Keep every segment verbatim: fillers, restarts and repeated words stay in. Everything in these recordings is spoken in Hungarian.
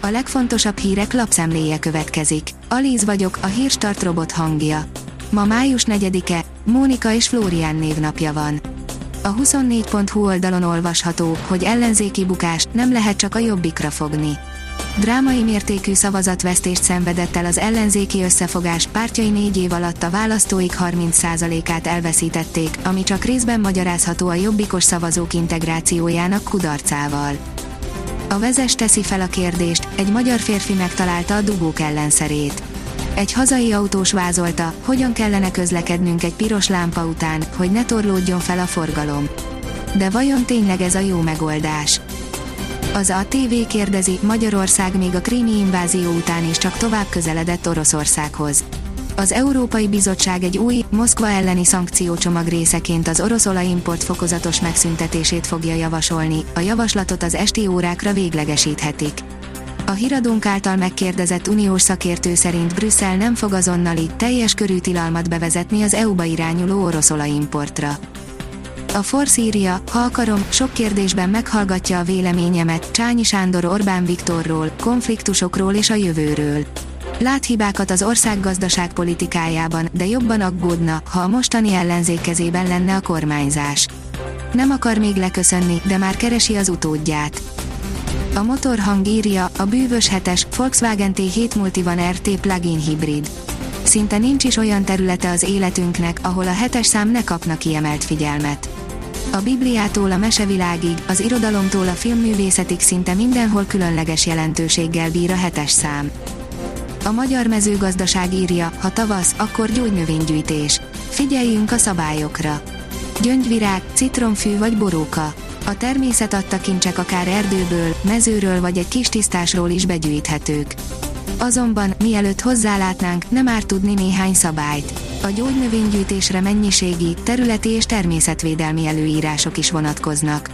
A legfontosabb hírek lapszemléje következik. Alíz vagyok, a Hírstart robot hangja. Ma május negyedike, Mónika és Flórián névnapja van. A huszonnégy pont hu oldalon olvasható, hogy ellenzéki bukás, nem lehet csak a Jobbikra fogni. Drámai mértékű szavazatvesztést szenvedett el az ellenzéki összefogás, pártjai négy év alatt a választóik harminc százalékát elveszítették, ami csak részben magyarázható a jobbikos szavazók integrációjának kudarcával. A Vezes teszi fel a kérdést, egy magyar férfi megtalálta a dugók ellenszerét. Egy hazai autós vázolta, hogyan kellene közlekednünk egy piros lámpa után, hogy ne torlódjon fel a forgalom. De vajon tényleg ez a jó megoldás? Az á té vé kérdezi, Magyarország még a krími invázió után is csak tovább közeledett Oroszországhoz. Az Európai Bizottság egy új, Moszkva elleni szankciócsomag részeként az orosz olajimport fokozatos megszüntetését fogja javasolni, a javaslatot az esti órákra véglegesíthetik. A Híradónk által megkérdezett uniós szakértő szerint Brüsszel nem fog azonnali, teljes körű tilalmat bevezetni az é u-ba irányuló orosz olajimportra. A Force írja, ha akarom, sok kérdésben meghallgatja a véleményemet, Csányi Sándor Orbán Viktorról, konfliktusokról és a jövőről. Lát hibákat az ország gazdaságpolitikájában, de jobban aggódna, ha a mostani ellenzék kezében lenne a kormányzás. Nem akar még leköszönni, de már keresi az utódját. A Motorhang írja, a bűvös hetes, Volkswagen té hét Multivan er té plug-in hibrid. Szinte nincs is olyan területe az életünknek, ahol a hetes szám ne kapna kiemelt figyelmet. A Bibliától a mesevilágig, az irodalomtól a filmművészetig szinte mindenhol különleges jelentőséggel bír a hetes szám. A Magyar Mezőgazdaság írja, ha tavasz, akkor gyógynövénygyűjtés. Figyeljünk a szabályokra. Gyöngyvirág, citromfű vagy boróka. A természet adta kincsek akár erdőből, mezőről vagy egy kis tisztásról is begyűjthetők. Azonban, mielőtt hozzálátnánk, nem árt tudni néhány szabályt. A gyógynövénygyűjtésre mennyiségi, területi és természetvédelmi előírások is vonatkoznak.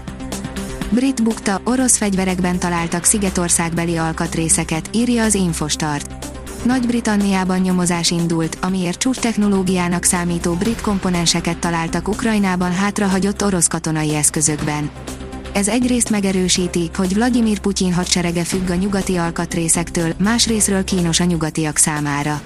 Brit bukta, orosz fegyverekben találtak szigetországbeli alkatrészeket, írja az Infostart. Nagy-Britanniában nyomozás indult, amiért csúcstechnológiának számító brit komponenseket találtak Ukrajnában hátrahagyott orosz katonai eszközökben. Ez egyrészt megerősíti, hogy Vladimir Putyin hadserege függ a nyugati alkatrészektől, másrészről kínos a nyugatiak számára.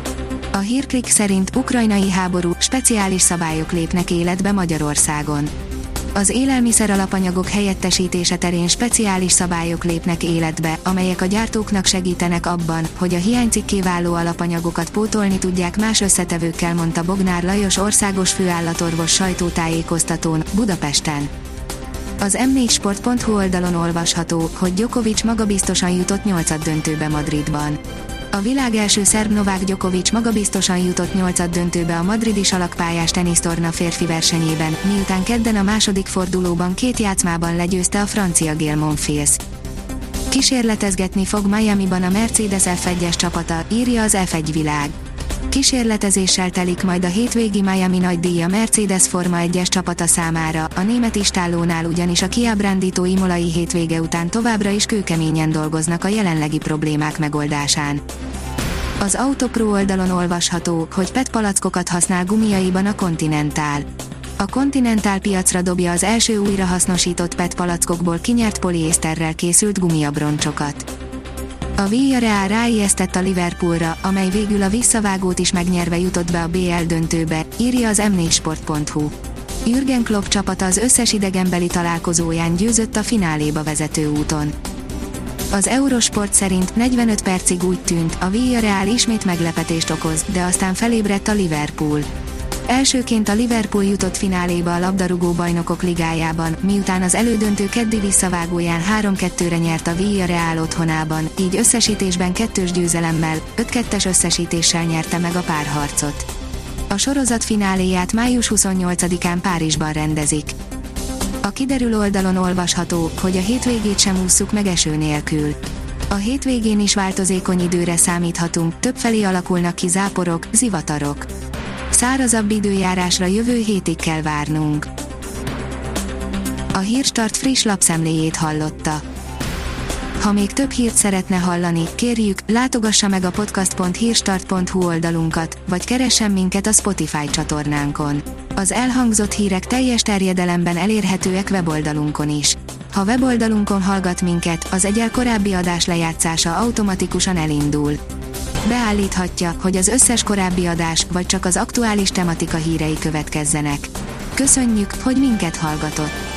A Hírklik szerint ukrajnai háború, speciális szabályok lépnek életbe Magyarországon. Az élelmiszer alapanyagok helyettesítése terén speciális szabályok lépnek életbe, amelyek a gyártóknak segítenek abban, hogy a hiánycikké váló alapanyagokat pótolni tudják más összetevőkkel, mondta Bognár Lajos országos főállatorvos sajtótájékoztatón, Budapesten. Az em négy sport pont hu oldalon olvasható, hogy Djokovic magabiztosan jutott nyolcaddöntőbe Madridban. A világ első szerb Novák Djokovic magabiztosan jutott nyolcaddöntőbe a madridi salakpályás tenisztorna férfi versenyében, miután kedden a második fordulóban két játszmában legyőzte a francia Gaël Monfils. Kísérletezgetni fog Miamiban a Mercedes ef egyes csapata, írja az ef egy világ. Kísérletezéssel telik majd a hétvégi Miami nagydíj a Mercedes Forma egyes csapata számára, a német istállónál ugyanis a kiábrándító imolai hétvége után továbbra is kőkeményen dolgoznak a jelenlegi problémák megoldásán. Az Autopro oldalon olvasható, hogy pé é té palackokat használ gumiaiban a Continental. A Continental piacra dobja az első újrahasznosított pé é té palackokból kinyert poliészterrel készült gumiabroncsokat. A Villarreal ráijesztett a Liverpoolra, amely végül a visszavágót is megnyerve jutott be a bé el döntőbe, írja az em négy sport pont hu. Jürgen Klopp csapata az összes idegenbeli találkozóján győzött a fináléba vezető úton. Az Eurosport szerint negyvenöt percig úgy tűnt, a Villarreal ismét meglepetést okoz, de aztán felébredt a Liverpool. Elsőként a Liverpool jutott fináléba a labdarúgó bajnokok ligájában, miután az elődöntő keddi visszavágóján három kettőre nyert a Villarreal otthonában, így összesítésben kettős győzelemmel, öt kettes összesítéssel nyerte meg a párharcot. A sorozat fináléját május huszonnyolcadikán Párizsban rendezik. A Kiderül oldalon olvasható, hogy a hétvégét sem ússzuk meg eső nélkül. A hétvégén is változékony időre számíthatunk, többfelé alakulnak ki záporok, zivatarok. Szárazabb időjárásra jövő hétig kell várnunk. A Hírstart friss lapszemléjét hallotta. Ha még több hírt szeretne hallani, kérjük, látogassa meg a podcast pont hírstart pont hu oldalunkat, vagy keressen minket a Spotify csatornánkon. Az elhangzott hírek teljes terjedelemben elérhetőek weboldalunkon is. Ha weboldalunkon hallgat minket, az egyel korábbi adás lejátszása automatikusan elindul. Beállíthatja, hogy az összes korábbi adás, vagy csak az aktuális tematika hírei következzenek. Köszönjük, hogy minket hallgatott!